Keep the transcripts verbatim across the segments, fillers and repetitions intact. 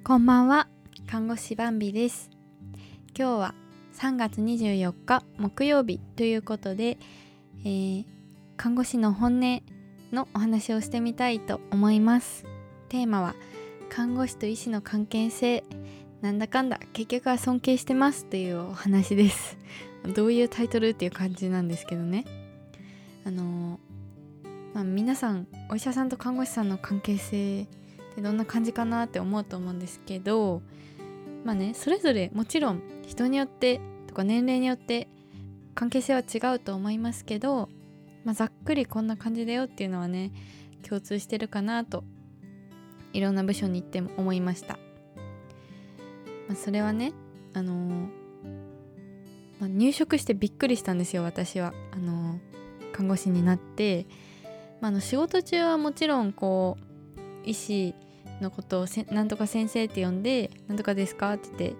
こんばんは、看護師バンビです。今日はさんがつにじゅうよっか木曜日ということで、えー、看護師の本音のお話をしてみたいと思います。テーマは看護師と医師の関係性、なんだかんだ結局は尊敬してますというお話です。どういうタイトルっていう感じなんですけどね。あのーまあ、皆さんお医者さんと看護師さんの関係性ってどんな感じかなって思うと思うんですけど、まあね、それぞれもちろん人によってとか年齢によって関係性は違うと思いますけど、まあ、ざっくりこんな感じだよっていうのはね共通してるかなといろんな部署に行っても思いました。まあ、それはねあのーまあ、入職してびっくりしたんですよ。私はあのー看護師になって、まあ、あの仕事中はもちろんこう医師のことをせなんとか先生って呼んでなんとかですかって言って、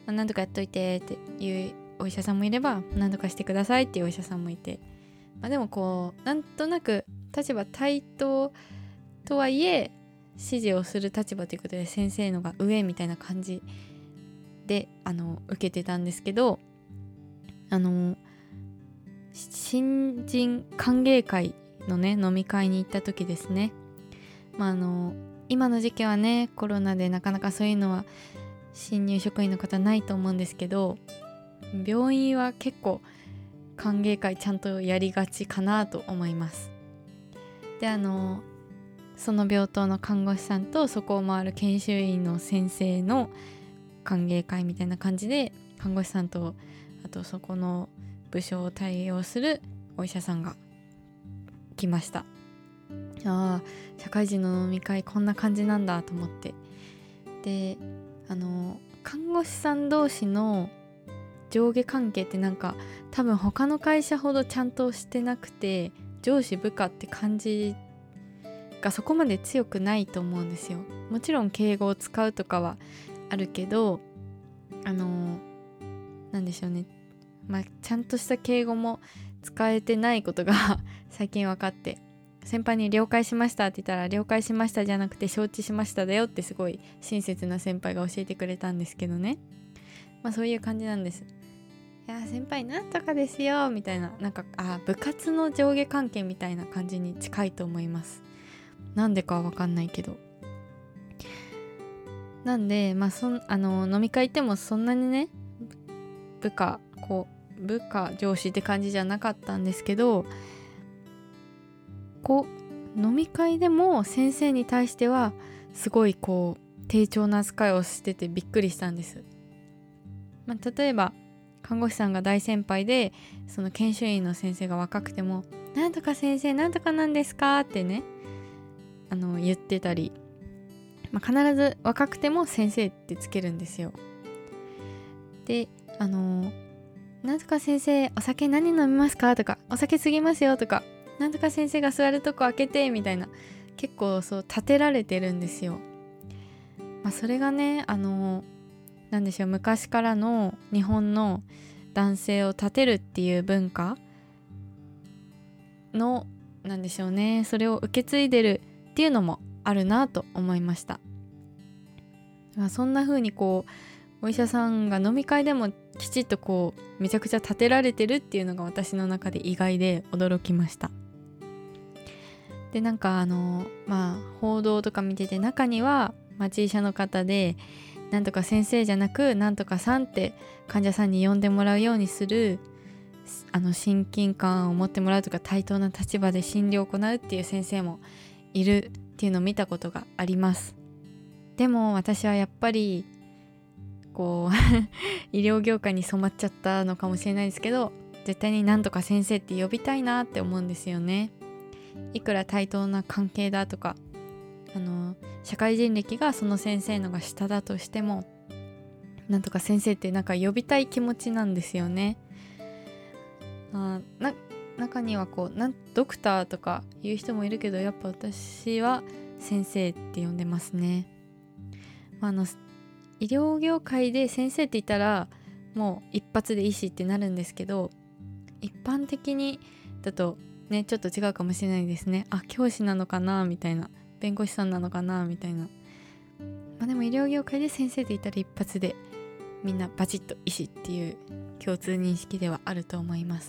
なんとかやっといてっていうお医者さんもいれば、なんとかしてくださいっていうお医者さんもいて、まあ、でもこうなんとなく立場対等とはいえ指示をする立場ということで先生のが上みたいな感じであの受けてたんですけど、あの新人歓迎会のね飲み会に行った時ですね、まああの今の時期はねコロナでなかなかそういうのは新入職員の方ないと思うんですけど、病院は結構歓迎会ちゃんとやりがちかなと思います。であのその病棟の看護師さんとそこを回る研修医の先生の歓迎会みたいな感じで、看護師さんとあとそこの部署を対応するお医者さんが来ました。ああ、社会人の飲み会こんな感じなんだと思って、であの看護師さん同士の上下関係ってなんか多分他の会社ほどちゃんとしてなくて、上司部下って感じがそこまで強くないと思うんですよ。もちろん敬語を使うとかはあるけど、あのなんでしょうね、まあちゃんとした敬語も使えてないことが最近分かって、先輩に了解しましたって言ったら了解しましたじゃなくて承知しましただよってすごい親切な先輩が教えてくれたんですけどね。まあそういう感じなんです。いや先輩なんとかですよみたいな、なんかあ部活の上下関係みたいな感じに近いと思います。なんでかは分かんないけど。なんでまあそんあの飲み会行ってもそんなにね部下こう部下上司って感じじゃなかったんですけど、こう飲み会でも先生に対してはすごいこう丁重な扱いをしててびっくりしたんです。まあ、例えば看護師さんが大先輩でその研修医の先生が若くてもなんとか先生なんとかなんですかってねあの言ってたり、まあ、必ず若くても先生ってつけるんですよ。であのなんとか先生お酒何飲みますかとか、お酒過ぎますよとか、なんとか先生が座るとこ開けてみたいな、結構そう立てられてるんですよ。まあ、それがねあのなんでしょう、昔からの日本の男性を立てるっていう文化のなんでしょうね、それを受け継いでるっていうのもあるなと思いました。まあ、そんな風にこうお医者さんが飲み会でもきちっとこうめちゃくちゃ立てられてるっていうのが私の中で意外で驚きました。でなんかあのまあ報道とか見てて中には町医者の方でなんとか先生じゃなくなんとかさんって患者さんに呼んでもらうようにする、あの親近感を持ってもらうとか対等な立場で診療を行うっていう先生もいるっていうのを見たことがあります。でも私はやっぱりこう医療業界に染まっちゃったのかもしれないですけど、絶対になんとか先生って呼びたいなって思うんですよね。いくら対等な関係だとかあの社会人歴がその先生のが下だとしても、なんとか先生ってなんか呼びたい気持ちなんですよね。あな中にはこうなんドクターとか言う人もいるけど、やっぱ私は先生って呼んでますね。あの医療業界で先生って言ったらもう一発で医師ってなるんですけど、一般的にだとねちょっと違うかもしれないですね。あ教師なのかなみたいな、弁護士さんなのかなみたいな、まあ、 あでも医療業界で先生って言ったら一発でみんなバチッと医師っていう共通認識ではあると思います。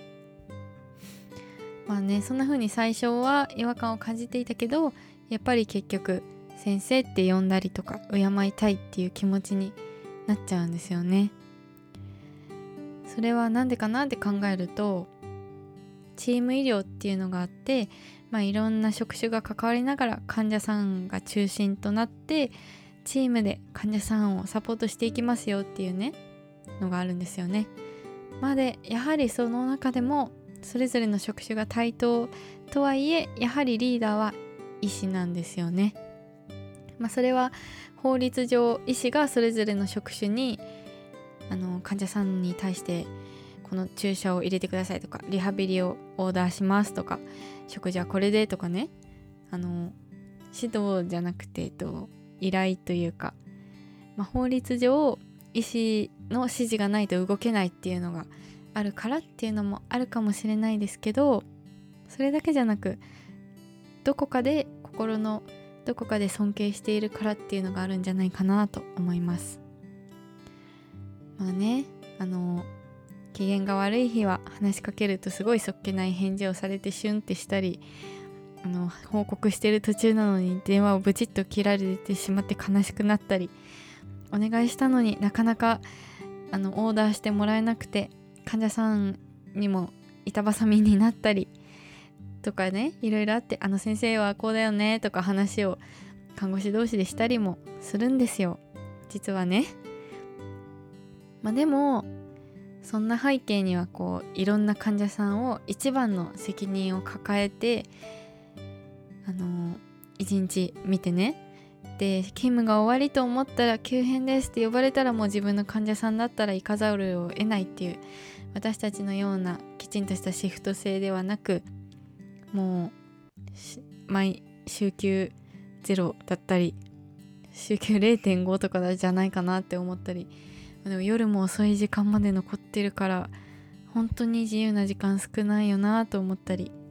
まあね、そんな風に最初は違和感を感じていたけど、やっぱり結局先生って呼んだりとか敬いたいっていう気持ちになっちゃうんですよね。それはなんでかなって考えると、チーム医療っていうのがあって、まあ、いろんな職種が関わりながら患者さんが中心となってチームで患者さんをサポートしていきますよっていうねのがあるんですよね。まあでやはりその中でもそれぞれの職種が対等とはいえ、やはりリーダーは医師なんですよね。まあ、それは法律上医師がそれぞれの職種にあの患者さんに対してこの注射を入れてくださいとか、リハビリをオーダーしますとか、食事はこれでとかね、あの指導じゃなくて、えっと、依頼というか、まあ、法律上医師の指示がないと動けないっていうのがあるからっていうのもあるかもしれないですけど、それだけじゃなくどこかで心のどこかで尊敬しているからっていうのがあるんじゃないかなと思います。まあね、あの機嫌が悪い日は話しかけるとすごいそっけない返事をされてシュンってしたり、あの報告してる途中なのに電話をブチッと切られてしまって悲しくなったり、お願いしたのになかなかあのオーダーしてもらえなくて患者さんにも板挟みになったりとかね、いろいろあって、あの先生はこうだよねとか話を看護師同士でしたりもするんですよ、実はね。まあでもそんな背景にはこういろんな患者さんを一番の責任を抱えてあの一日見てね、で勤務が終わりと思ったら急変ですって呼ばれたらもう自分の患者さんだったら行かざるを得ないっていう、私たちのようなきちんとしたシフト制ではなく、もう毎週休ゼロだったり週休 れいてんご とかじゃないかなって思ったり、でも夜も遅い時間まで残ってるから本当に自由な時間少ないよなと思ったり、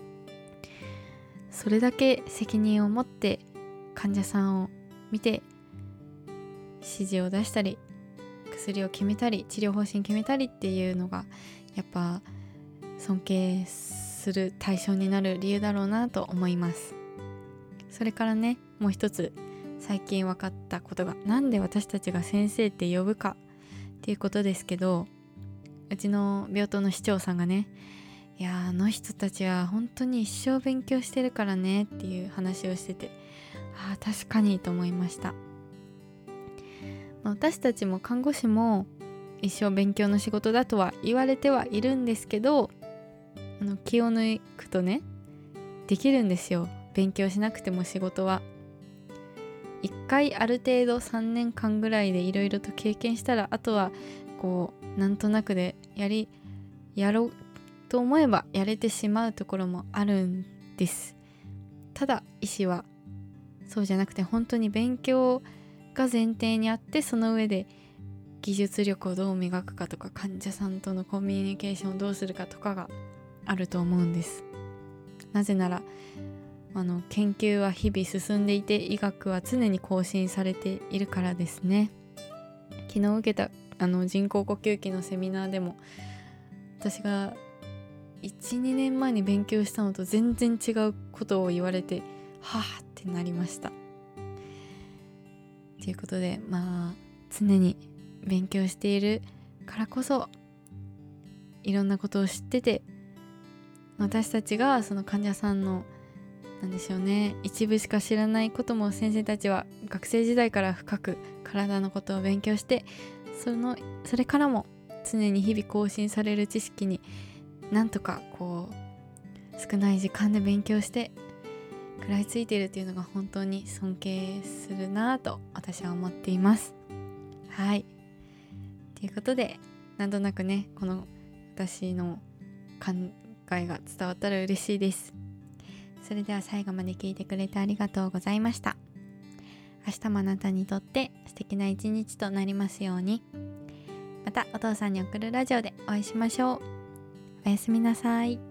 それだけ責任を持って患者さんを見て指示を出したり薬を決めたり治療方針決めたりっていうのがやっぱ尊敬する対象になる理由だろうなと思います。それからね、もう一つ最近分かったことが、なんで私たちが先生って呼ぶかっていうことですけど、うちの病棟の市長さんがね、いやあの人たちは本当に一生勉強してるからねっていう話をしてて、ああ確かにと思いました。まあ、私たちも看護師も一生勉強の仕事だとは言われてはいるんですけど、あの気を抜くとねできるんですよ。勉強しなくても仕事は一回ある程度さんねんかんぐらいでいろいろと経験したら、あとはこうなんとなくでやりやろうと思えばやれてしまうところもあるんです。ただ医師はそうじゃなくて、本当に勉強が前提にあって、その上で技術力をどう磨くかとか、患者さんとのコミュニケーションをどうするかとかがあると思うんです。なぜならあの研究は日々進んでいて、医学は常に更新されているからですね。昨日受けたあの人工呼吸器のセミナーでも、私が いちにねんまえに勉強したのと全然違うことを言われて、はぁってなりました。ということで、まあ常に勉強しているからこそいろんなことを知ってて、私たちがその患者さんのなんでしょうね、一部しか知らないことも先生たちは学生時代から深く体のことを勉強して、そのそれからも常に日々更新される知識になんとかこう少ない時間で勉強して食らいついているというのが本当に尊敬するなと私は思っています。はい、ということで、なんとなくねこの私の考えが伝わったら嬉しいです。それでは最後まで聞いてくれてありがとうございました。明日もあなたにとって素敵な一日となりますように。またお父さんに送るラジオでお会いしましょう。おやすみなさい。